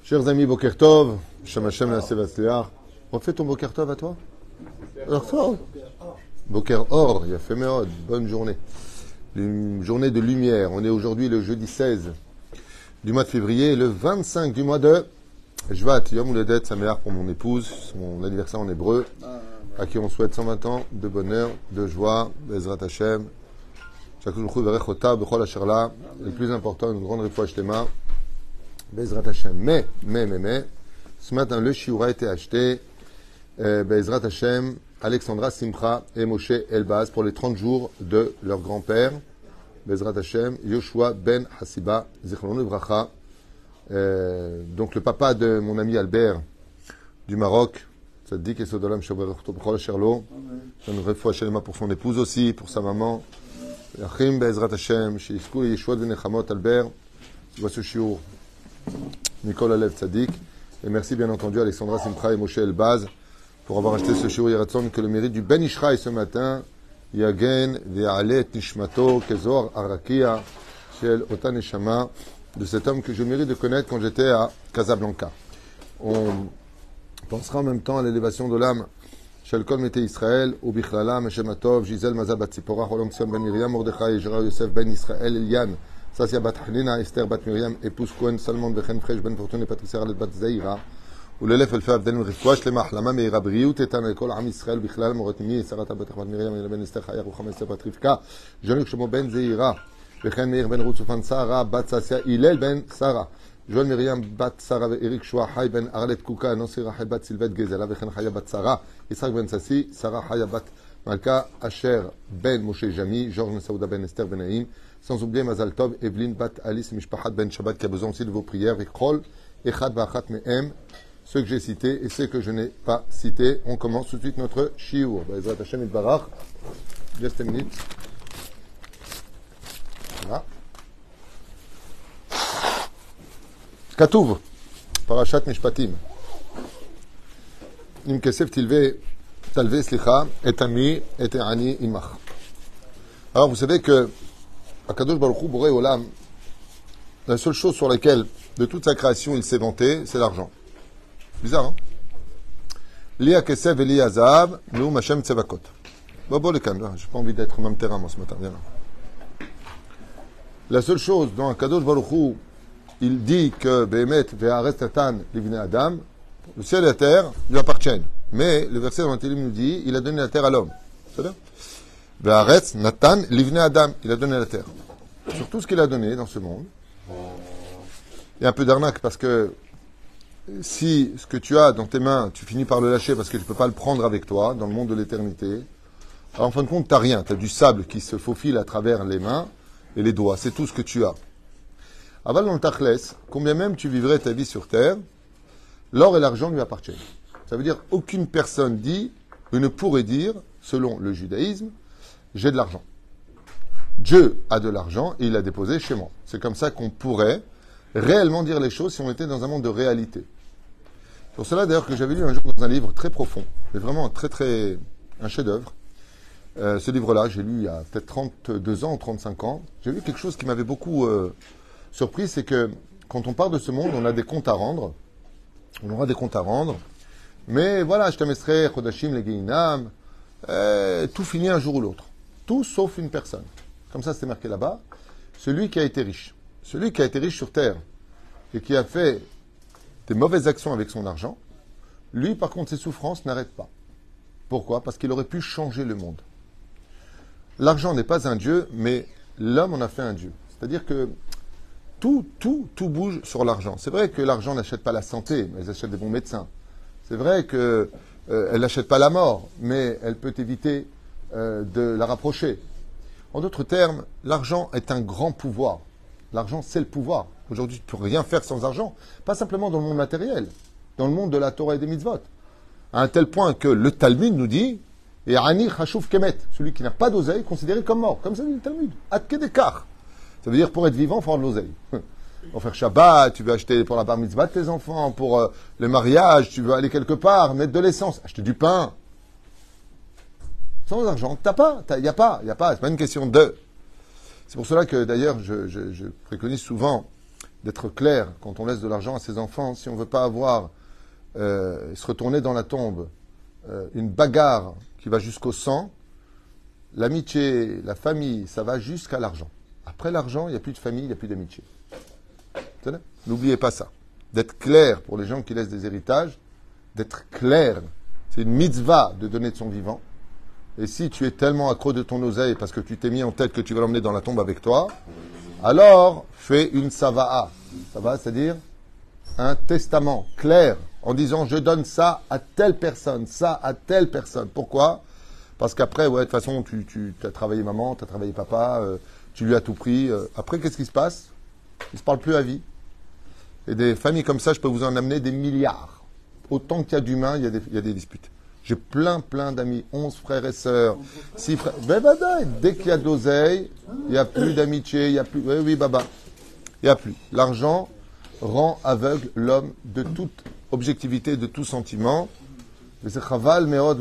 Chers amis, Boker Tov, Shem Hashem Naaseh Vatzliach. Refais ton Boker Tov à toi. Boker Or, il a fait Meod, bonne journée. Une journée de lumière. On est aujourd'hui le jeudi 16 du mois de février et le 25 du mois de Shvat, Yom Houledet Sameach pour mon épouse, son anniversaire en hébreu, à qui on souhaite 120 ans de bonheur, de joie, Bezrat Hashem. Et le plus important, une grande réfoua shlema, Bezrat Hashem. Mais, ce matin, le shiur a été acheté, Bezrat Hashem, Alexandra Simcha et Moshe Elbaz pour les 30 jours de leur grand-père, Bezrat Hashem, Yoshua Ben Hasiba, Zichrono Livracha. Donc le papa de mon ami Albert du Maroc, Tzaddik et Sodolam Shabarachto B'chol Asher Lo, une réfoua shlema pour son épouse aussi, pour sa maman. Achim Bezrat Hashem, Sheisku et Yeshua de Nechamot Albert, voit ce shiur, Nicolas Lev Tzadik, et merci bien entendu Alexandra Simcha et Moshe Elbaz pour avoir acheté ce shiur Yeratzon, que le mérite du Ben Ishraï ce matin, Yagen Ve'alet Nishmato Kezor Arakia, Shel Ota Neshama, de cet homme que je mérite de connaître quand j'étais à Casablanca. On pensera en même temps à l'élévation de l'âme Shel Kol Mete Israël, Ubichlala, Meshem Atov, Gisèle Mazal Bat Tzipora, Holom Sion Ben Miriam, Mordechai, Yejra Yosef Ben Israël, Eliane, Sassia Bat Hanina, Esther Bat Miriam, épouse Cohen, Salmon Bechen Fresh Ben Fortune et Patricia Ralet Bat Zaira, וללף אלפי עבדנו רפואה שלמה, החלמה מהירה, בריאות איתנה לכל עם ישראל בכלל, מורת אמי, שרת בת אחמד מרים, אלה בן אסתר חיה, רוחמה אסתר בת רבקה, ז'וניק שמו בן זעירה, וכן מאיר בן רות סופן שרה, בת ססיה, הלל בן שרה, ז'ואל מרים בת שרה ואריק שועה, חי בן ארלת קוקה, נוסי רחל בת סילבט גזלה, וכן חיה בת שרה, יצחק בן ססי, שרה חיה בת מלכה, אשר בן משה ג'מי, ז'ורג' מסעודה בן אסתר בן נעים, sans oublier Mazal Tov, Evelyne Bat Alice, Mishpachat Ben Shabbat, qui a besoin aussi de vos prières, Vikrol, Echad Vachat Mehem, ceux que j'ai cités et ceux que je n'ai pas cités. On commence tout de suite notre shiur. Bezrat Hashem Yitbarach. Just a minute. Voilà. Katuv. Parashat Mishpatim. Im kesef talve slicha et ami et ani imach. Alors vous savez que Akadosh Baruch Hu Borei Olam, la seule chose sur laquelle de toute sa création il s'est vanté, c'est l'argent. Bizarre, hein? Lia Kesev et Lia Zahav, nous, Machem Tsevakot. Bobo le Khan, j'ai pas envie d'être au même terrain, moi, ce matin. Viens là. La seule chose dont Kadosh Baruch Hu, il dit que Behemet ve'aretz Natan livnei Adam, le ciel et la terre lui appartiennent. Mais le verset dans le Télim nous dit, il a donné la terre à l'homme. C'est-à-dire ve'aretz Natan livnei Adam, il a donné la terre. Sur tout ce qu'il a donné dans ce monde, il y a un peu d'arnaque parce que si ce que tu as dans tes mains, tu finis par le lâcher parce que tu ne peux pas le prendre avec toi dans le monde de l'éternité, alors en fin de compte, tu n'as rien. Tu as du sable qui se faufile à travers les mains et les doigts. C'est tout ce que tu as. Aval dans le Tachles, combien même tu vivrais ta vie sur terre, l'or et l'argent lui appartiennent. Ça veut dire aucune personne dit, ou ne pourrait dire, selon le judaïsme, j'ai de l'argent. Dieu a de l'argent et il l'a déposé chez moi. C'est comme ça qu'on pourrait réellement dire les choses si on était dans un monde de réalité. Pour cela, d'ailleurs, que j'avais lu un jour dans un livre très profond, mais vraiment un chef-d'œuvre. Ce livre-là, j'ai lu il y a peut-être 32 ans ou 35 ans. J'ai lu quelque chose qui m'avait beaucoup surpris, c'est que quand on part de ce monde, on a des comptes à rendre. On aura des comptes à rendre. Mais voilà, je t'amestrai, Chodashim, les Geinam, tout finit un jour ou l'autre. Tout sauf une personne. Comme ça, c'est marqué là-bas. Celui qui a été riche. Celui qui a été riche sur terre et qui a fait des mauvaises actions avec son argent, lui, par contre, ses souffrances n'arrêtent pas. Pourquoi? Parce qu'il aurait pu changer le monde. L'argent n'est pas un dieu, mais l'homme en a fait un dieu. C'est-à-dire que tout bouge sur l'argent. C'est vrai que l'argent n'achète pas la santé, mais elle achète des bons médecins. C'est vrai qu'elle n'achète pas la mort, mais elle peut éviter de la rapprocher. En d'autres termes, l'argent est un grand pouvoir. L'argent, c'est le pouvoir. Aujourd'hui, tu ne peux rien faire sans argent. Pas simplement dans le monde matériel, dans le monde de la Torah et des mitzvot. À un tel point que le Talmud nous dit, et Ani Chashuv Kemet, celui qui n'a pas d'oseille, considéré comme mort. Comme ça dit le Talmud. Atkedekar. Ça veut dire, pour être vivant, il faut avoir de l'oseille. Pour faire Shabbat, tu veux acheter pour la bar mitzvah de tes enfants, pour le mariage, tu veux aller quelque part, mettre de l'essence, acheter du pain. Sans argent, t'as pas. Il n'y a pas. C'est pas une question de. C'est pour cela que, d'ailleurs, je préconise souvent d'être clair quand on laisse de l'argent à ses enfants. Si on ne veut pas avoir, se retourner dans la tombe, une bagarre qui va jusqu'au sang, l'amitié, la famille, ça va jusqu'à l'argent. Après l'argent, il n'y a plus de famille, il n'y a plus d'amitié. N'oubliez pas ça. D'être clair pour les gens qui laissent des héritages, d'être clair. C'est une mitzvah de donner de son vivant. Et si tu es tellement accro de ton oseille parce que tu t'es mis en tête que tu vas l'emmener dans la tombe avec toi, alors fais une sava'a. Sava'a, c'est-à-dire un testament clair en disant je donne ça à telle personne, ça à telle personne. Pourquoi ? Parce qu'après, ouais, de toute façon, tu as travaillé maman, tu as travaillé papa, tu lui as tout pris. Après, qu'est-ce qui se passe ? Ils ne se parlent plus à vie. Et des familles comme ça, je peux vous en amener des milliards. Autant qu'il y a d'humains, il y a des disputes. J'ai plein d'amis, 11 frères et sœurs, 6 frères. Ben, dès qu'il y a de l'oseille, il n'y a plus d'amitié, il n'y a plus. Oui, baba. Il n'y a plus. L'argent rend aveugle l'homme de toute objectivité, de tout sentiment. Et c'est chaval, meod.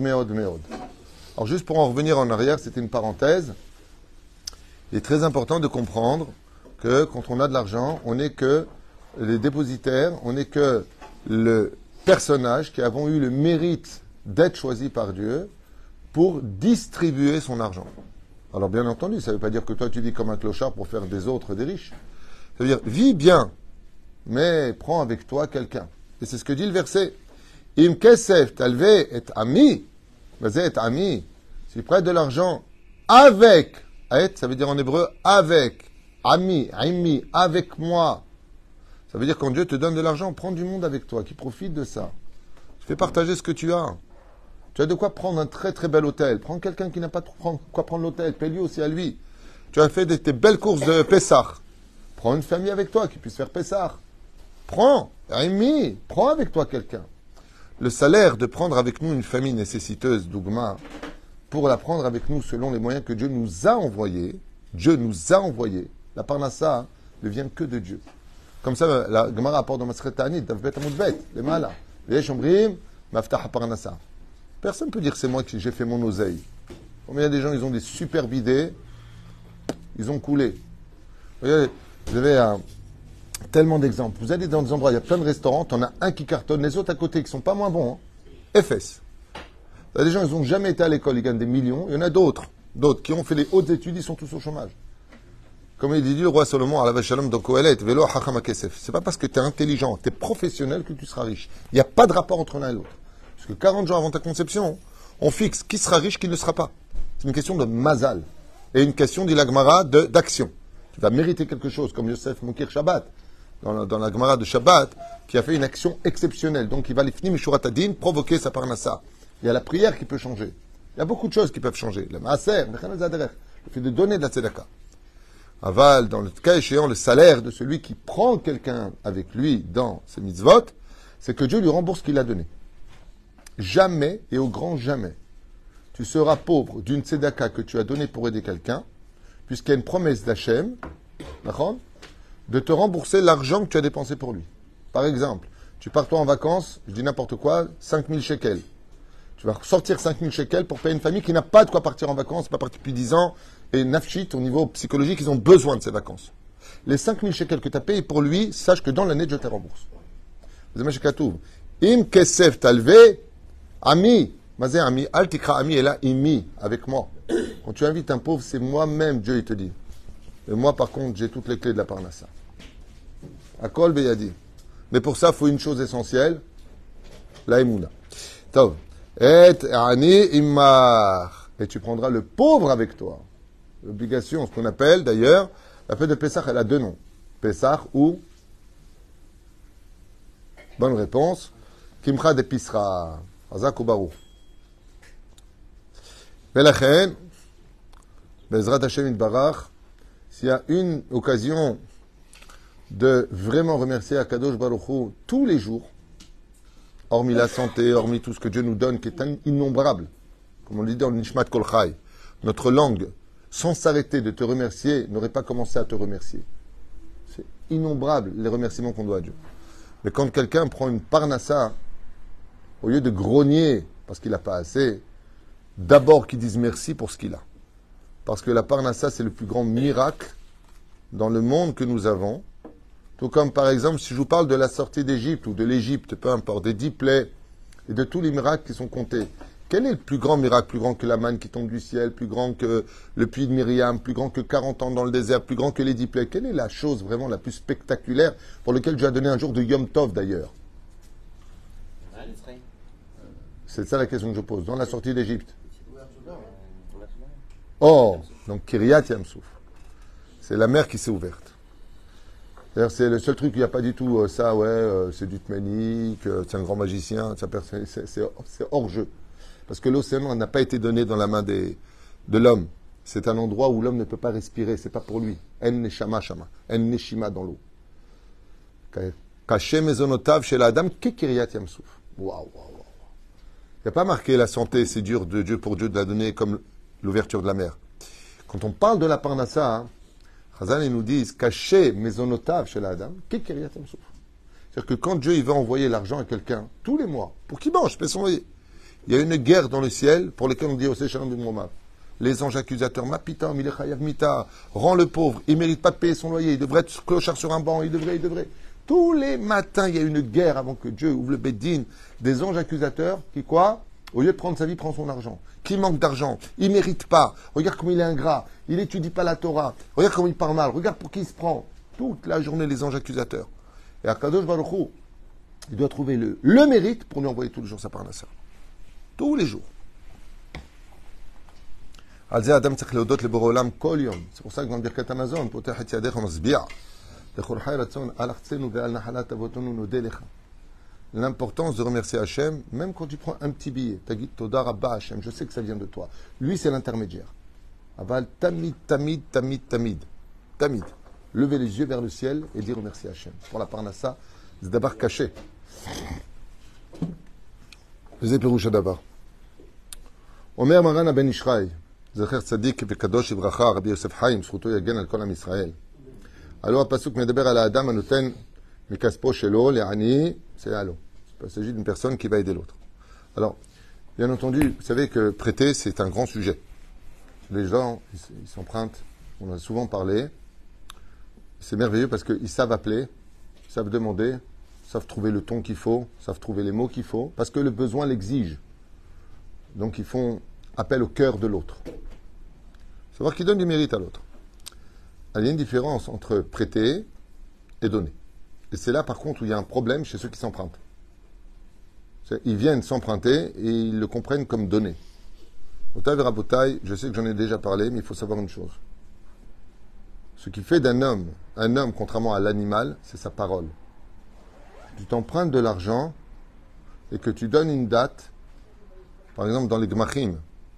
Alors, juste pour en revenir en arrière, c'était une parenthèse. Il est très important de comprendre que quand on a de l'argent, on n'est que les dépositaires, on n'est que le personnage qui avons eu le mérite d'être choisi par Dieu pour distribuer son argent. Alors bien entendu, ça ne veut pas dire que toi tu vis comme un clochard pour faire des autres des riches. Ça veut dire, vis bien, mais prends avec toi quelqu'un. Et c'est ce que dit le verset. Im kesef talve et ami, et ami, si tu prêtes de l'argent avec, ça veut dire en hébreu avec, ami, avec moi. Ça veut dire quand Dieu te donne de l'argent, prends du monde avec toi, qui profite de ça. Fais partager ce que tu as. Tu as de quoi prendre un très très bel hôtel. Prends quelqu'un qui n'a pas quoi prendre l'hôtel. Paye-lui aussi à lui. Tu as fait tes belles courses de Pessah. Prends une famille avec toi qui puisse faire Pessah. Prends avec toi quelqu'un. Le salaire de prendre avec nous une famille nécessiteuse, Dougma, pour la prendre avec nous selon les moyens que Dieu nous a envoyés. La parnassa ne vient que de Dieu. Comme ça, la Gemara rapporte dans Masechet Ta'anit, Davbet Amudbet, les malas. Les Shombrim, Maftah Parnassa. Personne ne peut dire que c'est moi qui j'ai fait mon oseille. Combien il y a des gens, ils ont des super bidets, ils ont coulé. Regardez, vous avez tellement d'exemples. Vous allez dans des endroits, il y a plein de restaurants, on a un qui cartonne, les autres à côté qui ne sont pas moins bons. FS. Il y a des gens, ils n'ont jamais été à l'école, ils gagnent des millions. Il y en a d'autres qui ont fait les hautes études, ils sont tous au chômage. Comme il dit le roi Salomon à la Vachalom dans Kohelet, Velo Hacham Kesef. C'est pas parce que tu es intelligent, tu es professionnel que tu seras riche. Il n'y a pas de rapport entre l'un et l'autre. Parce que 40 jours avant ta conception, on fixe qui sera riche, qui ne sera pas. C'est une question de mazal. Et une question, dit la Gemara, d'action. Tu vas mériter quelque chose, comme Yosef Moukir Shabbat, dans la Gemara de Shabbat, qui a fait une action exceptionnelle. Donc il va l'ifni Mishurat Adin, provoquer sa parnassa. Il y a la prière qui peut changer. Il y a beaucoup de choses qui peuvent changer. Le maaser, le fait de donner de la tzedaka. Aval, dans le cas échéant, le salaire de celui qui prend quelqu'un avec lui dans ses mitzvot, c'est que Dieu lui rembourse ce qu'il a donné. Jamais, et au grand jamais, tu seras pauvre d'une tzedaka que tu as donnée pour aider quelqu'un, puisqu'il y a une promesse d'Hachem, de te rembourser l'argent que tu as dépensé pour lui. Par exemple, tu pars toi en vacances, je dis n'importe quoi, 5000 shekels. Tu vas sortir 5000 shekels pour payer une famille qui n'a pas de quoi partir en vacances, pas partie depuis 10 ans, et nafshit, au niveau psychologique, ils ont besoin de ces vacances. Les 5000 shekels que tu as payés pour lui, sache que dans l'année, je te rembourse. Im kesef talve, ami, mazé ami, al tikra ami, et là, imi, avec moi. Quand tu invites un pauvre, c'est moi-même, Dieu, il te dit. Et moi, par contre, j'ai toutes les clés de la parnassa. Akol beyadi. Mais pour ça, il faut une chose essentielle, la émouna. Tov. Et ani immar. Et tu prendras le pauvre avec toi. L'obligation, ce qu'on appelle d'ailleurs, la fête de Pessah, elle a deux noms. Pessah ou, bonne réponse, Kimcha de Pisra, Hazak ou Barou. Velachen, Bezrat Hashem Itbarach, s'il y a une occasion de vraiment remercier Akadosh Baruch Hu tous les jours, hormis la santé, hormis tout ce que Dieu nous donne, qui est innombrable, comme on le dit dans le Nishmat Kol Chai, notre langue, sans s'arrêter de te remercier, n'aurait pas commencé à te remercier. C'est innombrable les remerciements qu'on doit à Dieu. Mais quand quelqu'un prend une parnassa, au lieu de grogner parce qu'il n'a pas assez, d'abord qu'il dise merci pour ce qu'il a. Parce que la parnassa, c'est le plus grand miracle dans le monde que nous avons. Tout comme, par exemple, si je vous parle de la sortie d'Égypte ou de l'Égypte, peu importe, des 10 plaies et de tous les miracles qui sont comptés. Quel est le plus grand miracle, plus grand que la manne qui tombe du ciel, plus grand que le puits de Myriam, plus grand que 40 ans dans le désert, plus grand que les 10 plaies? Quelle est la chose vraiment la plus spectaculaire pour laquelle Dieu a donné un jour de Yom Tov d'ailleurs? C'est ça la question que je pose. Dans la sortie d'Égypte. Oh, donc Kiryat Yamsouf. C'est la mer qui s'est ouverte. D'ailleurs, c'est le seul truc, il n'y a pas du tout ça, c'est du tmanique, c'est un grand magicien, c'est hors jeu. Parce que l'océan n'a pas été donné dans la main de l'homme. C'est un endroit où l'homme ne peut pas respirer, c'est pas pour lui. En neshama shama, en neshima dans l'eau. Caché mezonotav chez l'Adam, Kiryat Yamsouf. Waouh. Il n'y a pas marqué la santé, c'est dur de Dieu pour Dieu de la donner comme l'ouverture de la mer. Quand on parle de la parnassa, Chazal nous disent caché mezonotav chez l'Adam, Kiryat Yamsouf. C'est-à-dire que quand Dieu il veut envoyer l'argent à quelqu'un, tous les mois, pour qu'il mange, paie son loyer, il y a une guerre dans le ciel pour laquelle on dit au Shalom du Moumam. Les anges accusateurs, Mapita, Milechayav Mita, rend le pauvre, il ne mérite pas de payer son loyer, il devrait être clochard sur un banc, il devrait. Tous les matins, il y a une guerre avant que Dieu ouvre le Beddin, des anges accusateurs qui, quoi? Au lieu de prendre sa vie, prend son argent. Qui manque d'argent, il ne mérite pas. Regarde comme il est ingrat, il n'étudie pas la Torah. Regarde comme il parle mal, regarde pour qui il se prend. Toute la journée, les anges accusateurs. Et Akadosh Baruch Hu, il doit trouver le mérite pour nous envoyer tous les jours sa parnassa. Tous les jours. C'est pour ça que dans le Birkat Amazon, l'importance de remercier Hachem, même quand tu prends un petit billet, tu as dit Toda Rabba Hachem, je sais que ça vient de toi. Lui, c'est l'intermédiaire. Aval tamid. Levez les yeux vers le ciel et dire remercier Hachem. Pour la parnassa, c'est d'abord caché. וזה פירוש הדבר. אומר מרן הבן איש חי, זכר צדיק וקדוש לברכה, רבי יוסף חיים, זכותו יגן על כל עם ישראל. הלא הפסוק מדבר על האדם הנותן מכספו שלו לעני, c'est הלא. Il s'agit d'une personne qui va aider l'autre. Alors, bien entendu, vous savez que prêter, c'est un grand sujet. Les gens, ils s'empruntent, on en a souvent parlé. C'est merveilleux parce qu'ils savent appeler, ils savent demander, savent trouver le ton qu'il faut, savent trouver les mots qu'il faut, parce que le besoin l'exige. Donc ils font appel au cœur de l'autre. Savoir qu'ils donnent du mérite à l'autre. Il y a une différence entre prêter et donner. Et c'est là par contre où il y a un problème chez ceux qui s'empruntent. Ils viennent s'emprunter et ils le comprennent comme donner. Otav et Rabotai, je sais que j'en ai déjà parlé, mais il faut savoir une chose. Ce qui fait d'un homme, un homme contrairement à l'animal, c'est sa parole. Tu t'empruntes de l'argent et que tu donnes une date, par exemple dans les Gmachim,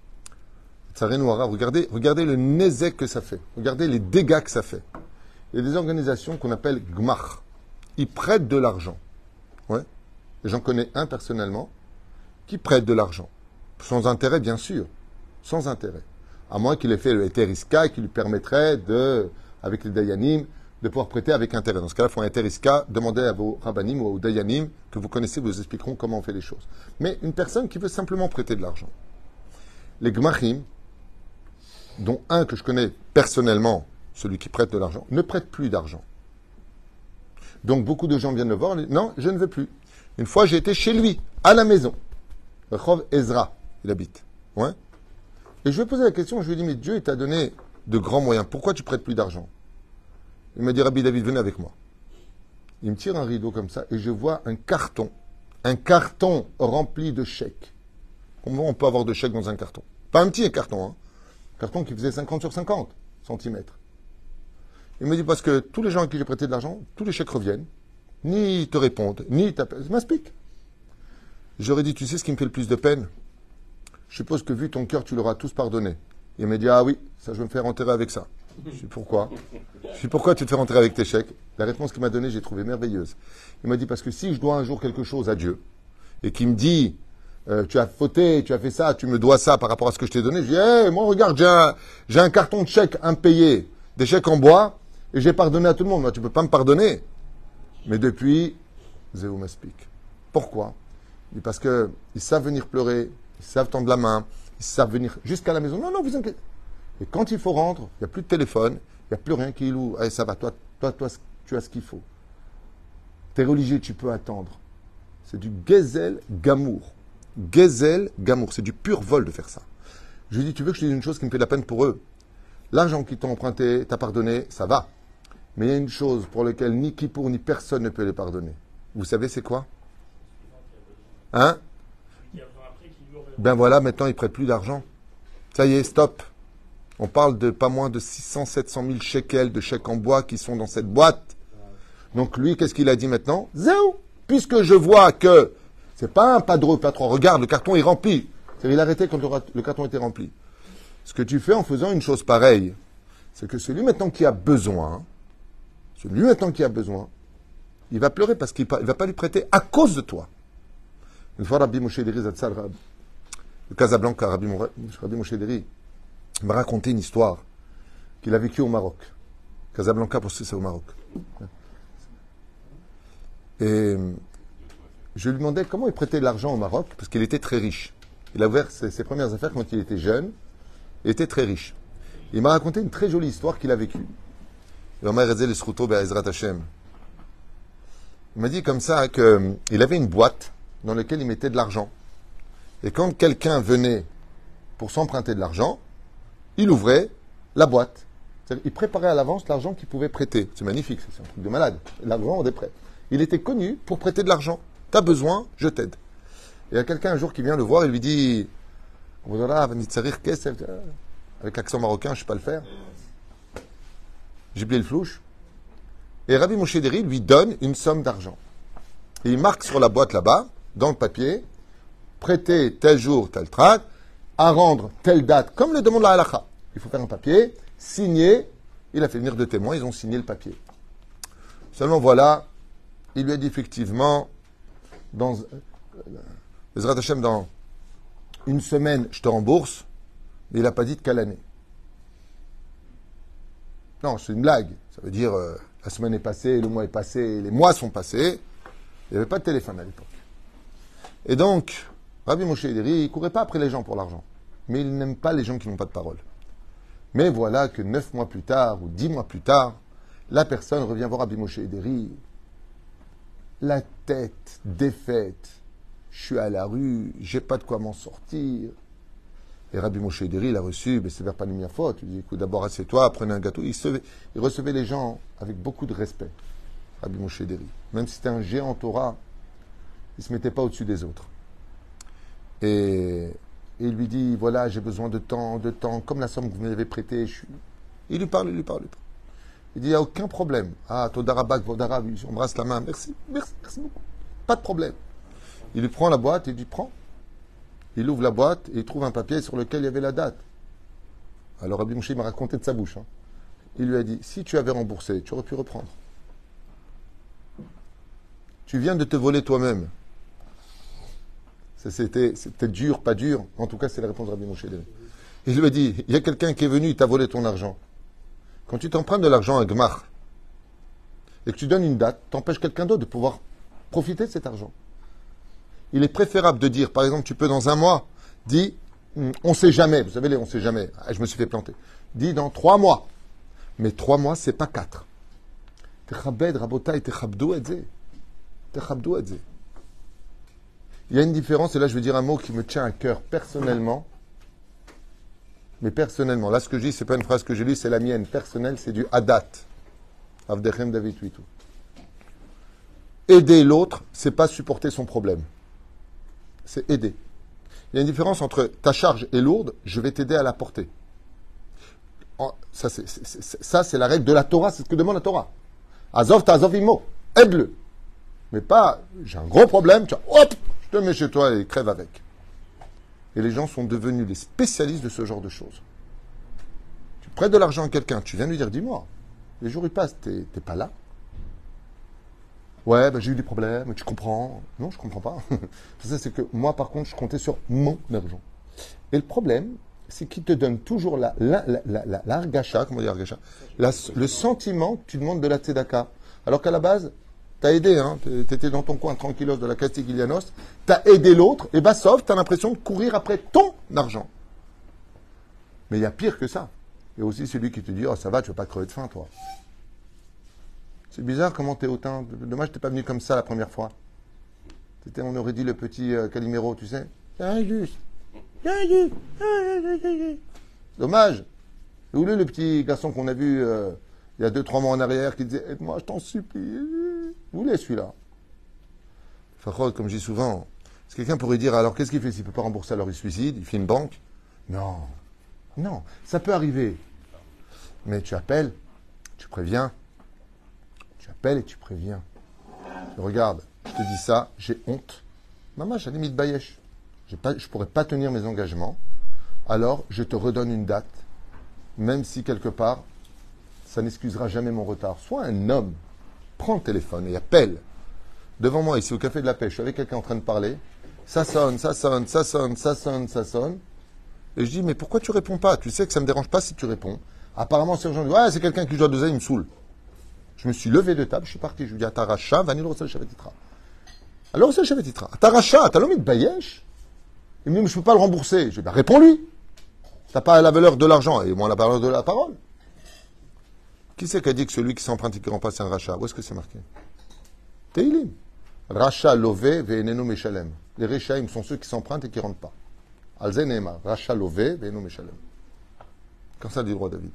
regardez le nézek que ça fait, regardez les dégâts que ça fait. Il y a des organisations qu'on appelle Gmach. Ils prêtent de l'argent. Ouais. Et j'en connais un personnellement qui prête de l'argent. Sans intérêt, bien sûr. Sans intérêt. À moins qu'il ait fait le Eteriska qui lui permettrait de, avec les Dayanim, de pouvoir prêter avec intérêt. Dans ce cas-là, il faut un Eteriska, demandez à vos Rabbanim ou aux Dayanim que vous connaissez, vous expliqueront comment on fait les choses. Mais une personne qui veut simplement prêter de l'argent. Les Gmachim, dont un que je connais personnellement, celui qui prête de l'argent, ne prête plus d'argent. Donc beaucoup de gens viennent le voir, non, je ne veux plus. Une fois, j'ai été chez lui, à la maison. Rechov Ezra, il habite. Ouais. Et je lui ai posé la question, je lui ai dit, mais Dieu t'a donné de grands moyens, pourquoi tu prêtes plus d'argent? Il m'a dit, Rabbi David, venez avec moi. Il me tire un rideau comme ça, et je vois un carton rempli de chèques. Comment on peut avoir de chèques dans un carton? Pas un petit carton, hein. Un carton qui faisait 50 sur 50 centimètres. Il me dit, parce que tous les gens à qui j'ai prêté de l'argent, tous les chèques reviennent, ni te répondent, ni t'appellent. Je m'explique. J'aurais dit, tu sais ce qui me fait le plus de peine? Je suppose que vu ton cœur, tu l'auras tous pardonné. Il m'a dit, ah oui, ça je vais me faire enterrer avec ça. Je dis, pourquoi? Je dis, pourquoi tu te fais enterrer avec tes chèques? La réponse qu'il m'a donnée, j'ai trouvé merveilleuse. Il m'a dit, parce que si je dois un jour quelque chose à Dieu, et qu'il me dit, tu as fauté, tu as fait ça, tu me dois ça par rapport à ce que je t'ai donné, je dis, hey, moi regarde, j'ai un carton de chèques impayé, des chèques en bois, et j'ai pardonné à tout le monde. Moi, tu ne peux pas me pardonner. Mais depuis, Zéou m'explique. Pourquoi? Parce qu'ils savent venir pleurer, ils savent tendre la main, ils savent venir jusqu'à la maison. Non, non, vous inquiétez. Et quand il faut rendre, il n'y a plus de téléphone, il n'y a plus rien qui loue. Allez, ça va, toi, tu as ce qu'il faut. T'es religieux, tu peux attendre. C'est du gezel gamour. Gezel gamour. C'est du pur vol de faire ça. Je lui dis, tu veux que je te dise une chose qui me fait de la peine pour eux? L'argent qu'ils t'ont emprunté, t'as pardonné, ça va. Mais il y a une chose pour laquelle ni Kippour ni personne ne peut les pardonner. Vous savez c'est quoi? Hein? Ben voilà, maintenant ils prêtent plus d'argent. Ça y est, stop. On parle de pas moins de 600-700 000 shekels de chèques en bois qui sont dans cette boîte. Donc lui, qu'est-ce qu'il a dit maintenant? Zéro. Puisque je vois que c'est pas un pas deux, pas trois. Regarde, le carton est rempli. C'est-à-dire, il a arrêté quand le carton était rempli. Ce que tu fais en faisant une chose pareille, c'est que celui maintenant qui a besoin, il va pleurer parce qu'il ne va pas lui prêter à cause de toi. Une fois, Rabbi Moshe Deri Zatzal, de Casablanca, Rabbi Moshe Deri, m'a raconté une histoire qu'il a vécue au Maroc. Casablanca, pour ceux c'est au Maroc. Et je lui demandais comment il prêtait de l'argent au Maroc, parce qu'il était très riche. Il a ouvert ses premières affaires quand il était jeune. Il était très riche. Il m'a raconté une très jolie histoire qu'il a vécue. Il m'a dit comme ça qu'il avait une boîte dans laquelle il mettait de l'argent. Et quand quelqu'un venait pour s'emprunter de l'argent, il ouvrait la boîte. C'est-à-dire, il préparait à l'avance l'argent qu'il pouvait prêter. C'est magnifique, c'est un truc de malade. L'argent, on est prêt. Il était connu pour prêter de l'argent. T'as besoin, je t'aide. Et il y a quelqu'un un jour qui vient le voir et lui dit, avec l'accent marocain, je ne sais pas le faire. J'ai oublié le flouche. Et Rabbi Moshe Deri lui donne une somme d'argent. Et il marque sur la boîte là-bas, dans le papier, prêter tel jour, tel tract, à rendre telle date, comme le demande la halakha. Il faut faire un papier, signer. Il a fait venir deux témoins, ils ont signé le papier. Seulement voilà, il lui a dit effectivement, dans une semaine, je te rembourse, mais il n'a pas dit de quelle année. Non, c'est une blague. Ça veut dire, la semaine est passée, le mois est passé, les mois sont passés. Il n'y avait pas de téléphone à l'époque. Et donc, Rabbi Moshe Deri, il ne courait pas après les gens pour l'argent. Mais il n'aime pas les gens qui n'ont pas de parole. Mais voilà que 9 mois plus tard, ou 10 mois plus tard, la personne revient voir Rabbi Moshe Deri. La tête défaite. Je suis à la rue, j'ai pas de quoi m'en sortir. Et Rabbi Moshe Deri l'a reçu, mais c'est vers pas de ma faute. Il dit, écoute, d'abord assieds-toi, prenez un gâteau. Il recevait les gens avec beaucoup de respect. Rabbi Moshe Deri. Même si c'était un géant Torah, il ne se mettait pas au-dessus des autres. Et il lui dit, voilà, j'ai besoin de temps, comme la somme que vous m'avez prêtée. Il lui parle. Il dit, il n'y a aucun problème. Ah, Todarabak, Vodarab, il embrasse la main. Merci beaucoup. Pas de problème. Il lui prend la boîte et il dit, prends. Il ouvre la boîte et il trouve un papier sur lequel il y avait la date. Alors Rabbi Moshe m'a raconté de sa bouche. Il lui a dit, si tu avais remboursé, tu aurais pu reprendre. Tu viens de te voler toi-même. C'était dur, pas dur. En tout cas, c'est la réponse de Rabbi Moshe. Il lui a dit, il y a quelqu'un qui est venu, il t'a volé ton argent. Quand tu t'empruntes de l'argent à Gmar et que tu donnes une date, t'empêches quelqu'un d'autre de pouvoir profiter de cet argent. Il est préférable de dire, par exemple, tu peux dans un mois, dis, on ne sait jamais, vous savez, on ne sait jamais, je me suis fait planter. Dis dans 3 mois. Mais 3 mois, c'est pas 4. Techabed, Rabotai, Techabdou, Edze. Techabdou, Edze. Il y a une différence, et là je vais dire un mot qui me tient à cœur personnellement. Mais personnellement, là ce que je dis, c'est pas une phrase que j'ai lue, c'est la mienne. Personnelle, c'est du Hadat. Avdechem David Huitou. Aider l'autre, c'est pas supporter son problème. C'est aider. Il y a une différence entre ta charge est lourde, je vais t'aider à la porter. Ça, c'est la règle de la Torah, c'est ce que demande la Torah. Azov ta'azov imo, aide-le. Mais pas, j'ai un gros problème, hop, je te mets chez toi et crève avec. Et les gens sont devenus les spécialistes de ce genre de choses. Tu prêtes de l'argent à quelqu'un, tu viens lui dire, dis-moi, les jours ils passent, t'es pas là. Ouais, j'ai eu des problèmes, tu comprends. Non, je comprends pas. Ça, c'est que moi, par contre, je comptais sur mon argent. Et le problème, c'est qu'il te donne toujours l'argacha, comment dire argacha, le sentiment que tu demandes de la tzedaka. Alors qu'à la base, tu as aidé, tu étais dans ton coin tranquillos de la Castiglianos, tu as aidé l'autre, et sauf, tu as l'impression de courir après ton argent. Mais il y a pire que ça. Il y a aussi celui qui te dit, oh ça va, tu ne vas pas crever de faim, toi. C'est bizarre comment t'es hautain. Dommage que t'es pas venu comme ça la première fois. On aurait dit le petit Calimero, tu sais. Injuste. Injuste. Dommage. Où est le petit garçon qu'on a vu il y a 2-3 mois en arrière qui disait aide-moi, je t'en supplie. Où est celui-là? Comme je dis souvent, si quelqu'un pourrait dire alors qu'est-ce qu'il fait s'il ne peut pas rembourser, alors il se suicide, il fait une banque? Non. Non, ça peut arriver. Mais tu appelles, tu préviens. Tu appelles et tu préviens. Regarde, je te dis ça, j'ai honte. Maman, j'ai limite bayesh. Je ne pourrais pas tenir mes engagements. Alors, je te redonne une date. Même si quelque part, ça n'excusera jamais mon retard. Sois un homme. Prends le téléphone et appelle. Devant moi, ici, au Café de la Pêche, je suis avec quelqu'un en train de parler. Ça sonne, ça sonne, ça sonne, ça sonne, ça sonne. Et je dis, mais pourquoi tu réponds pas? Tu sais que ça ne me dérange pas si tu réponds. Apparemment, c'est urgent. Ouais, c'est quelqu'un qui joue à 2 ans, il me saoule. Je me suis levé de table, je suis parti. Je lui dis, Ataracha, vanil rosel shavetitra. Alors, rosel shavetitra. Ataracha, t'as l'homme de bayesh? Il me dit, mais je ne peux pas le rembourser. Je dis, bah, réponds-lui. T'as pas la valeur de l'argent et moins la valeur de la parole. Qui c'est qui a dit que celui qui s'emprunte et qui rend pas, c'est un rachat? Où est-ce que c'est marqué? Teilim. Racha lové ve'enenu meshalem. Les rechaim sont ceux qui s'empruntent et qui ne rendent pas. Alzenema. Racha lové ve'enenu meshalem. Quand ça dit le roi David.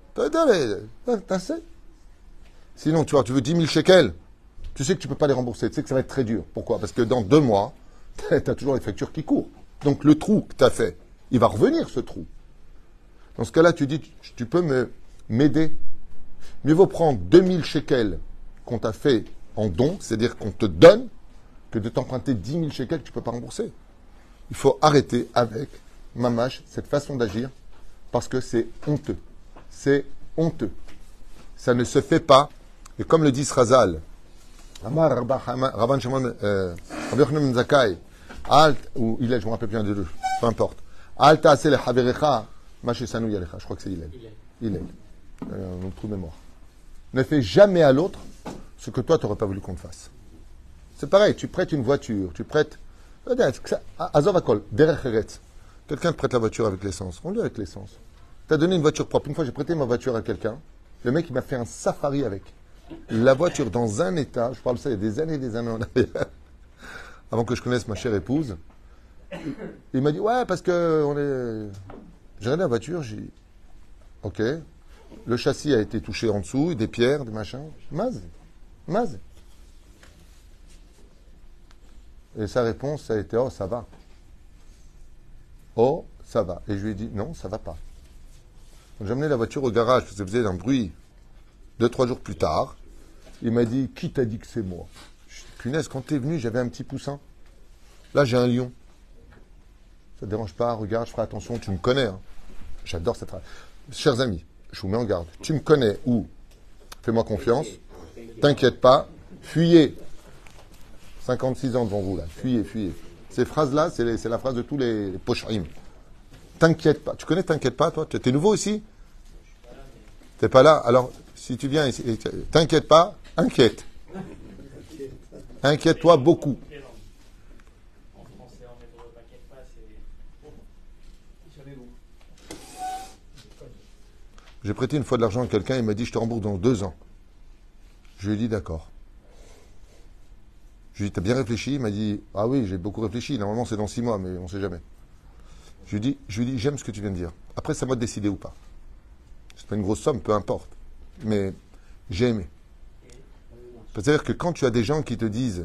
T'as assez. Sinon, tu vois, tu veux 10 000 shekels. Tu sais que tu ne peux pas les rembourser. Tu sais que ça va être très dur. Pourquoi? Parce que dans 2 mois, tu as toujours les factures qui courent. Donc le trou que tu as fait, il va revenir ce trou. Dans ce cas-là, tu dis, tu peux m'aider. Mieux vaut prendre 2000 shekels qu'on t'a fait en don, c'est-à-dire qu'on te donne, que de t'emprunter 10 000 shekels que tu ne peux pas rembourser. Il faut arrêter avec, mamash, cette façon d'agir, parce que c'est honteux. C'est honteux. Ça ne se fait pas. Et comme le dit Srazal, Amar Rabban Shimon Rabbi Yochanan ben Zakkai, ou il est, je ne me rappelle plus un des deux, peu importe. Al ta'aseh lechaverecha ma shesanu yalecha. Je crois que c'est Hillel. Hillel. Un trou de mémoire. Ne fais jamais à l'autre ce que toi, tu n'aurais pas voulu qu'on te fasse. C'est pareil, tu prêtes une voiture, tu prêtes... Azov akol, derech eretz. Quelqu'un te prête la voiture avec l'essence. Rends-le avec l'essence. Tu as donné une voiture propre. Une fois, j'ai prêté ma voiture à quelqu'un. Le mec, il m'a fait un safari avec. La voiture dans un état, je parle de ça il y a des années en arrière, avant que je connaisse ma chère épouse. Il m'a dit, ouais, parce que j'ai regardé la voiture, j'ai dit, ok, le châssis a été touché en dessous, des pierres, des machins. Maz. Et sa réponse, ça a été, oh, ça va. Oh, ça va. Et je lui ai dit, non, ça va pas. J'ai amené la voiture au garage, parce que ça faisait un bruit. 2-3 jours plus tard, il m'a dit, qui t'a dit que c'est moi? Je dis, punaise, quand t'es venu, j'avais un petit poussin. Là, j'ai un lion. Ça te dérange pas? Regarde, je ferai attention, tu me connais. Hein. J'adore cette phrase. Chers amis, je vous mets en garde. Tu me connais ou fais-moi confiance. T'inquiète pas. Fuyez. 56 ans devant vous, là. Fuyez. Ces phrases-là, c'est la phrase de tous les pocharim. T'inquiète pas. Tu connais t'inquiète pas, toi? T'es nouveau ici? T'es pas là? Alors, si tu viens ici, t'inquiète pas, inquiète. Inquiète-toi beaucoup. En français, en hébreu, t'inquiète pas, c'est... J'ai prêté une fois de l'argent à quelqu'un, il m'a dit, je te rembourse dans 2 ans. Je lui ai dit, d'accord. Je lui ai dit, t'as bien réfléchi? Il m'a dit, ah oui, j'ai beaucoup réfléchi. Normalement, c'est dans 6 mois, mais on ne sait jamais. Je lui ai dit, j'aime ce que tu viens de dire. Après, c'est à moi de décider ou pas. C'est pas une grosse somme, peu importe. Mais j'ai aimé. C'est-à-dire que quand tu as des gens qui te disent,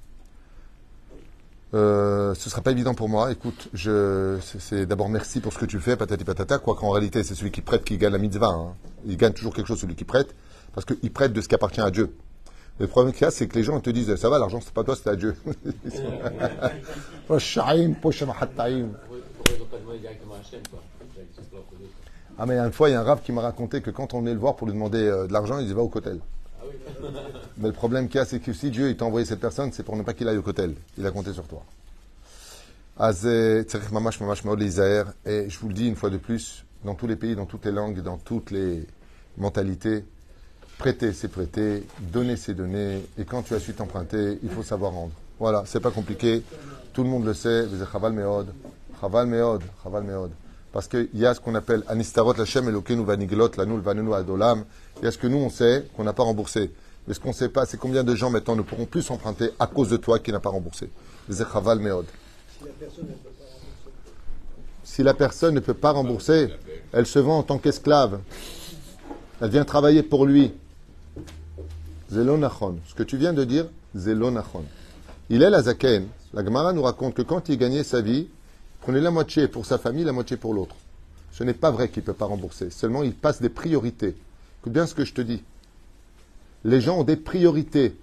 ce ne sera pas évident pour moi, écoute, c'est d'abord merci pour ce que tu fais, patati patata, quoi qu'en réalité, c'est celui qui prête qui gagne la mitzvah. Hein. Il gagne toujours quelque chose, celui qui prête, parce qu'il prête de ce qui appartient à Dieu. Le problème qu'il y a, c'est que les gens te disent, ça va, l'argent, c'est pas toi, c'est à Dieu. Ah, mais une fois, il y a un rave qui m'a raconté que quand on venait le voir pour lui demander de l'argent, il dit va au kotel. Mais le problème qu'il y a, c'est que si Dieu il t'a envoyé cette personne, c'est pour ne pas qu'il aille au kotel. Il a compté sur toi. Et je vous le dis une fois de plus, dans tous les pays, dans toutes les langues, dans toutes les mentalités, prêter, c'est prêter, donner, c'est donner. Et quand tu as su t'emprunter, il faut savoir rendre. Voilà, c'est pas compliqué. Tout le monde le sait. Chaval meod. Parce qu'il y a ce qu'on appelle Anistarot Lachem Elokenu Vaniglot Lanul Vanenu Adolam. Il y a ce que nous on sait qu'on n'a pas remboursé. Mais ce qu'on ne sait pas, c'est combien de gens maintenant ne pourront plus s'emprunter à cause de toi qui n'as pas remboursé. Zechaval Meod. Si la personne ne peut pas rembourser, elle se vend en tant qu'esclave. Elle vient travailler pour lui. Zelonachon. Ce que tu viens de dire, Zelonachon. Il est la Zaken. La Gemara nous raconte que quand il gagnait sa vie, il prenait la moitié pour sa famille, la moitié pour l'autre. Ce n'est pas vrai qu'il ne peut pas rembourser. Seulement, il passe des priorités. Écoute bien ce que je te dis. Les gens ont des priorités.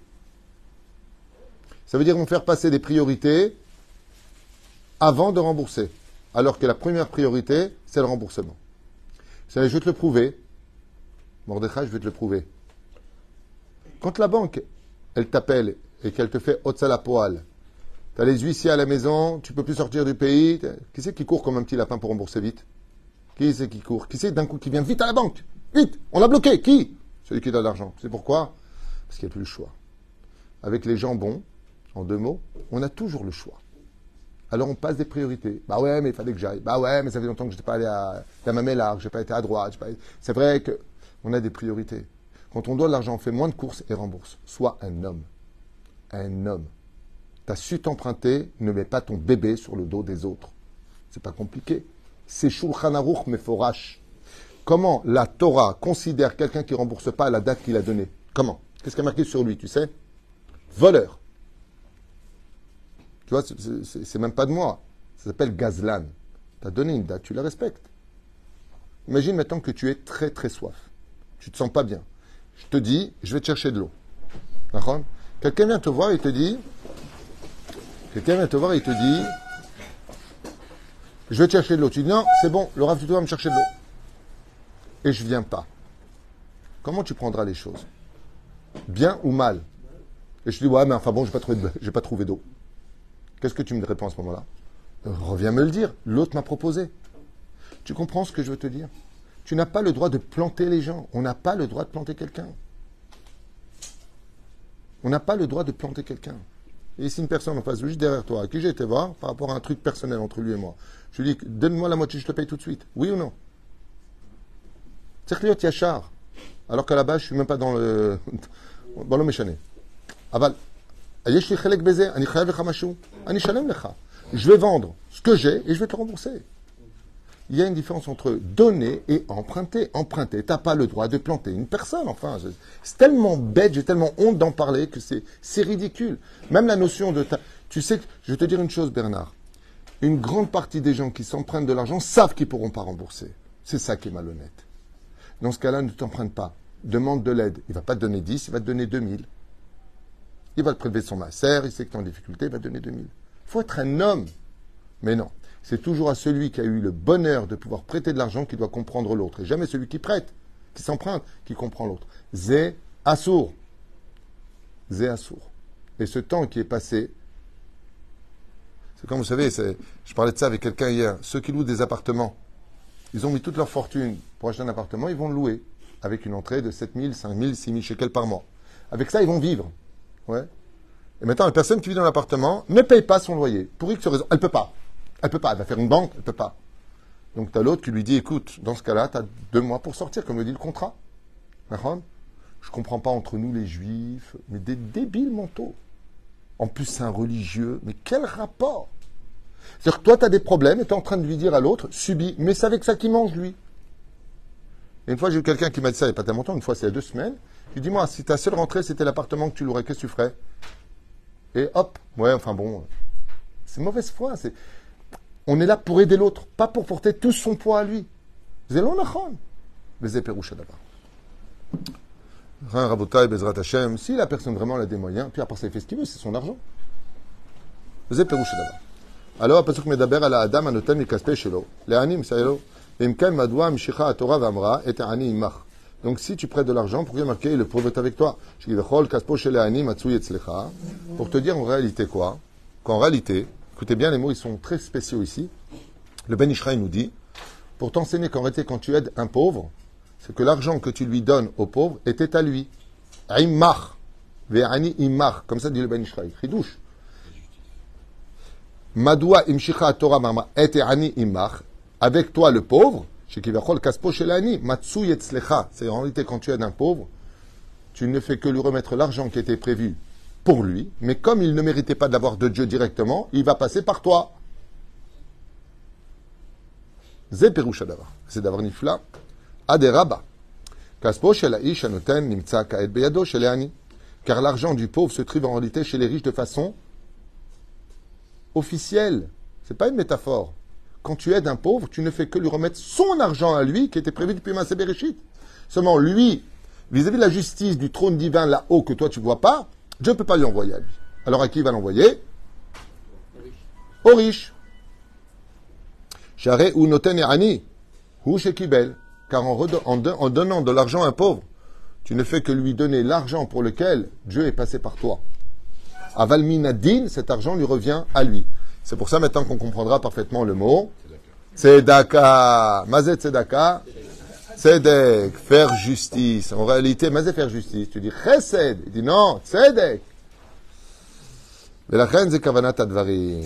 Ça veut dire qu'ils vont faire passer des priorités avant de rembourser. Alors que la première priorité, c'est le remboursement. Je vais te le prouver. Mordechai, je vais te le prouver. Quand la banque, elle t'appelle et qu'elle te fait Otsala Poal, tu as les huissiers à la maison, tu ne peux plus sortir du pays. Qui c'est qui court comme un petit lapin pour rembourser vite? Qui c'est qui court? Qui c'est d'un coup qui vient vite à la banque? Vite! On l'a bloqué! Qui? Celui qui donne l'argent. C'est pourquoi? Parce qu'il n'y a plus le choix. Avec les gens bons, en 2 mots, on a toujours le choix. Alors on passe des priorités. Bah ouais, mais il fallait que j'aille. Bah ouais, mais ça fait longtemps que je n'étais pas allé à Mamela, que je n'ai pas été à droite. C'est vrai qu'on a des priorités. Quand on doit de l'argent, on fait moins de courses et rembourse. Sois un homme. Un homme. Tu as su t'emprunter, ne mets pas ton bébé sur le dos des autres. C'est pas compliqué. C'est Shulchan Aruch Meforash. Comment la Torah considère quelqu'un qui ne rembourse pas à la date qu'il a donnée? Comment? Qu'est-ce qui a marqué sur lui, tu sais? Voleur. Tu vois, c'est même pas de moi. Ça s'appelle Gazlan. Tu as donné une date, tu la respectes. Imagine maintenant que tu es très très soif. Tu te sens pas bien. Je te dis, je vais te chercher de l'eau. D'accord? Quelqu'un vient te voir et te dit, je vais te chercher de l'eau. Tu dis, non, c'est bon, le Rav Tuto va me chercher de l'eau. Et je viens pas. Comment tu prendras les choses? Bien ou mal? Et je te dis, ouais, mais enfin bon, j'ai pas trouvé d'eau. Qu'est-ce que tu me réponds à ce moment-là? Reviens me le dire. L'autre m'a proposé. Tu comprends ce que je veux te dire? Tu n'as pas le droit de planter les gens. On n'a pas le droit de planter quelqu'un. On n'a pas le droit de planter quelqu'un. Et si une personne en face, juste derrière toi, à qui j'ai été voir, par rapport à un truc personnel entre lui et moi, je lui dis, donne-moi la moitié, je te paye tout de suite. Oui ou non? C'est-à-dire Yachar. Alors qu'à la base, je ne suis même pas dans le méchané. Aval. Je vais vendre ce que j'ai et je vais te rembourser. Il y a une différence entre donner et emprunter. Emprunter, tu n'as pas le droit de planter une personne. Enfin, c'est tellement bête, j'ai tellement honte d'en parler que c'est ridicule. Même la notion de... Tu sais, je vais te dire une chose, Bernard. Une grande partie des gens qui s'empruntent de l'argent savent qu'ils ne pourront pas rembourser. C'est ça qui est malhonnête. Dans ce cas-là, ne t'emprunte pas. Demande de l'aide. Il ne va pas te donner 10, il va te donner 2000. Il va te prélever son masser, il sait que tu es en difficulté, il va te donner 2000. Il faut être un homme. Mais non. C'est toujours à celui qui a eu le bonheur de pouvoir prêter de l'argent qui doit comprendre l'autre. Et jamais celui qui prête, qui s'emprunte, qui comprend l'autre. Zé Assour. Zé Assour. Et ce temps qui est passé, c'est comme vous savez, je parlais de ça avec quelqu'un hier, ceux qui louent des appartements, ils ont mis toute leur fortune pour acheter un appartement, ils vont le louer, avec une entrée de 7 000, 5 000, 6 000 shekels par mois. Avec ça, ils vont vivre. Ouais. Et maintenant, la personne qui vit dans l'appartement ne paye pas son loyer. Pour X raison, elle ne peut pas. Elle ne peut pas. Elle va faire une banque, elle ne peut pas. Donc, tu as l'autre qui lui dit, écoute, dans ce cas-là, tu as 2 mois pour sortir, comme le dit le contrat. D'accord? Je ne comprends pas entre nous, les juifs, mais des débiles mentaux. En plus, c'est un religieux. Mais quel rapport? C'est-à-dire que toi, tu as des problèmes et tu es en train de lui dire à l'autre, subis, mais c'est avec ça qu'il mange, lui. Et une fois, j'ai eu quelqu'un qui m'a dit ça il n'y a pas tellement longtemps, une fois, c'est il y a 2 semaines. Je lui dis, moi, si ta seule rentrée, c'était l'appartement que tu louerais, qu'est-ce que tu ferais? Et hop, ouais, enfin bon, c'est mauvaise foi. On est là pour aider l'autre, pas pour porter tout son poids à lui. Zélon nachon. Les éperouches d'abord. Rabotai, Bezrat Hashem, si la personne vraiment a des moyens, puis après ça, il fait ce qu'il veut, c'est son argent. Les éperouches d'abord. Alors, parce que Medaber à la Adam, anotem mi kaspe shelo, le anim sayelo, imkan madwa mshicha atora vamra, et ani imach. Donc, si tu prêtes de l'argent, pourquoi marquer le pauvre est avec toi? Pour te dire en réalité quoi? Qu'en réalité, écoutez bien, les mots ils sont très spéciaux ici. Le Ben Ishraï nous dit, pour t'enseigner qu'en réalité, quand tu aides un pauvre, c'est que l'argent que tu lui donnes au pauvre était à lui. Immach. Ve'ani immach. Comme ça dit le Ben Ishraï. Chidouche. Madoua imshicha Torah mama et ani immach. Avec toi, le pauvre, c'est en réalité quand tu aides un pauvre, tu ne fais que lui remettre l'argent qui était prévu pour lui, mais comme il ne méritait pas d'avoir de Dieu directement, il va passer par toi. Zé Peroucha d'avoir. C'est d'avoir nifla. Aderaba. Kaspo shel ha'ish hanoten nimtza ka'et beyado shel ha'ani. Car l'argent du pauvre se trouve en réalité chez les riches de façon officielle. C'est pas une métaphore. Quand tu aides un pauvre, tu ne fais que lui remettre son argent à lui qui était prévu depuis Maaseh Bereshit. Seulement lui, vis-à-vis de la justice du trône divin là-haut que toi tu ne vois pas, Dieu ne peut pas lui envoyer à lui. Alors à qui il va l'envoyer? Aux riches. Share ou noten et ani, ou shekibel. Car en donnant de l'argent à un pauvre, tu ne fais que lui donner l'argent pour lequel Dieu est passé par toi. Aval minadin, cet argent lui revient à lui. C'est pour ça maintenant qu'on comprendra parfaitement le mot. Tzedaka. Mazet tzedaka. Tzedek, faire justice. En réalité, mazet faire justice. Tu dis chesed. Il dit non, tzedek. ולכן זה כוונת הדברים.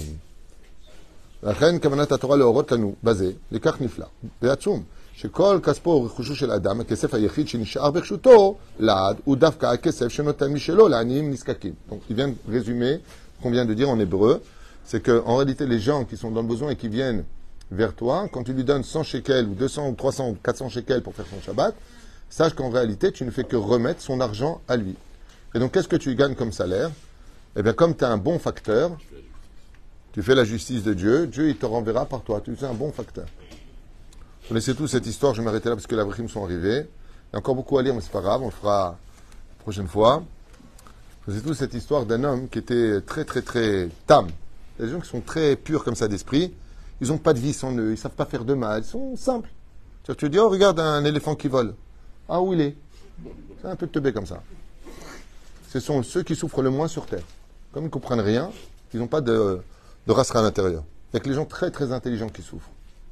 לכן כוונת התורה להורות לנו בזה, לכך נפלא. ועצום, שכל כספו ורכושו של אדם, הכסף היחיד שנשאר ברשותו, לעד, הוא דווקא הכסף שנותן משלו לעניים נזקקים. Donc, il vient de résumer ce qu'on vient de dire en hébreu. C'est que, en réalité, les gens qui sont dans le besoin et qui viennent vers toi, quand tu lui donnes 100 shekels, ou 200, ou 300, ou 400 shekels pour faire son Shabbat, sache qu'en réalité, tu ne fais que remettre son argent à lui. Et donc, qu'est-ce que tu gagnes comme salaire? Eh bien, comme tu es un bon facteur, tu fais la justice de Dieu, Dieu, il te renverra par toi. Tu es un bon facteur. Vous connaissez tous cette histoire, je vais m'arrêter là parce que les brimes sont arrivés. Il y a encore beaucoup à lire, mais c'est pas grave, on le fera la prochaine fois. Vous connaissez tous cette histoire d'un homme qui était très, très, très tam. Il y a des gens qui sont très purs comme ça d'esprit. Ils n'ont pas de vie sans eux, ils ne savent pas faire de mal, ils sont simples. Tu dis, oh, regarde un éléphant qui vole. Ah, où il est? C'est un peu de teubé comme ça. Ce sont ceux qui souffrent le moins sur Terre. Comme ils ne comprennent rien, ils n'ont pas de rasera à l'intérieur. Il n'y a que les gens très, très intelligents qui souffrent.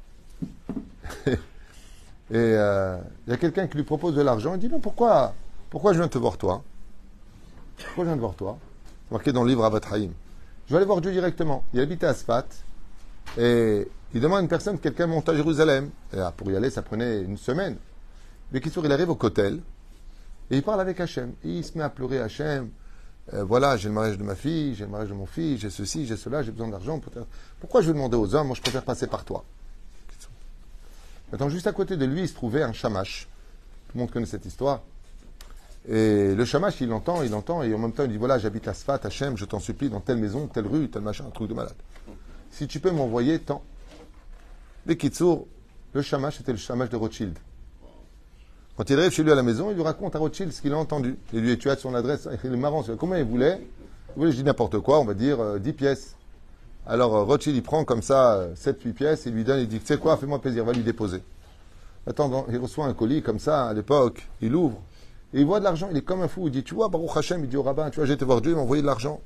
Et il y a quelqu'un qui lui propose de l'argent, il dit, non, pourquoi je viens te voir toi? Pourquoi je viens te voir toi? C'est marqué dans le livre Avat Haïm. Je vais aller voir Dieu directement. Il habite à Asfat et il demande à une personne, quelqu'un monte à Jérusalem. Et là, pour y aller, ça prenait une semaine. Mais qu'il il arrive au Kotel et il parle avec Hachem. Et il se met à pleurer Hachem. Voilà, j'ai le mariage de ma fille, j'ai le mariage de mon fils, j'ai ceci, j'ai cela, j'ai besoin d'argent. Pourquoi je vais demander aux hommes? Moi, je préfère passer par toi. Maintenant, juste à côté de lui, il se trouvait un shamash. Tout le monde connaît cette histoire. Et le shamash, il entend, et en même temps, il dit, voilà, j'habite à Sfat, Hachem, je t'en supplie, dans telle maison, telle rue, tel machin, un truc de malade. Si tu peux m'envoyer tant. Les Kitsour, le shamash, c'était le shamash de Rothschild. Quand il arrive chez lui à la maison, il lui raconte à Rothschild ce qu'il a entendu. Il lui dit, tu as son adresse, il est marrant, combien il voulait? Il voulait, je dis n'importe quoi, on va dire 10 pièces. Alors Rothschild, il prend comme ça 7-8 pièces, il lui donne, il dit, tu sais quoi, fais-moi plaisir, va lui déposer. Attends, il reçoit un colis comme ça, à l'époque, il ouvre, et il voit de l'argent, il est comme un fou, il dit, tu vois, Baruch Hashem, il dit au rabbin, tu vois, j'ai été voir Dieu, il m'a envoyé de l'argent.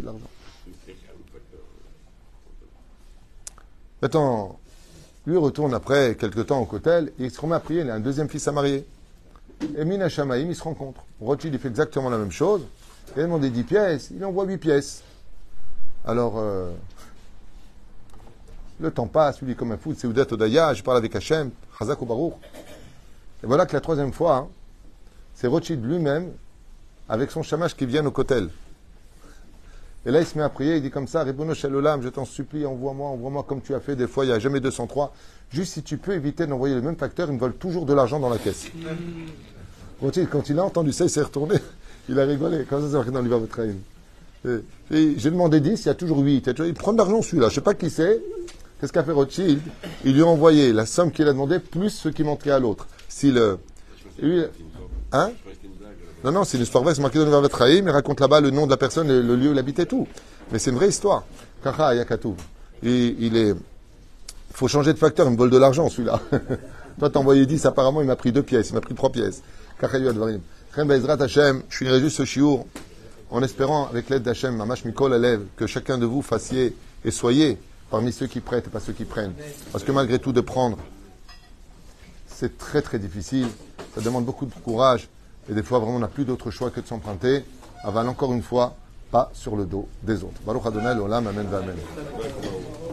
Attends, lui retourne après quelques temps au Kotel, et il se remet à prier, il a un deuxième fils à marier. Et Mina Shamaïm, ils se rencontrent. Rothschild, il fait exactement la même chose. Il a demandé 10 pièces, il envoie 8 pièces. Alors, le temps passe, lui, il est comme un fou, c'est Oudet Odaya, je parle avec Hachem, Chazak ou Baruch. Et voilà que la troisième fois, hein, c'est Rothschild lui-même, avec son shamash qui vient au Kotel. Et là, il se met à prier, il dit comme ça, Ribono Shel Olam, je t'en supplie, envoie-moi comme tu as fait, des fois, il n'y a jamais 203. Juste si tu peux éviter d'envoyer le même facteur, ils me volent toujours de l'argent dans la caisse. Quand il a entendu ça, il s'est retourné, il a rigolé. Comme ça, c'est marqué dans le livre de Train. J'ai demandé 10, il y a toujours 8. Il prend de l'argent celui-là, je ne sais pas qui c'est. Qu'est-ce qu'a fait Rothschild? Il lui a envoyé la somme qu'il a demandé, plus ce qui manquait à l'autre. Si le... Hein? Non, c'est une histoire vraie, c'est marqué dans le livre de Train, il raconte là-bas le nom de la personne, le lieu où il habitait, tout. Mais c'est une vraie histoire. Kacha Yakatou. Il faut changer de facteur, il me vole de l'argent celui-là. Toi, t'as envoyé 10, apparemment, il m'a pris 2 pièces, il m'a pris 3 pièces. Kachayu Advarim. Chem Bezrat Hashem, je finirai juste ce shiur en espérant, avec l'aide d'Hachem, Mamash Mikol Alev, que chacun de vous fassiez et soyez parmi ceux qui prêtent et pas ceux qui prennent. Parce que malgré tout, de prendre, c'est très très difficile. Ça demande beaucoup de courage. Et des fois, vraiment, on n'a plus d'autre choix que de s'emprunter. Aval, encore une fois, pas sur le dos des autres. Baruch Adonai, l'Olam, Amen, Amen.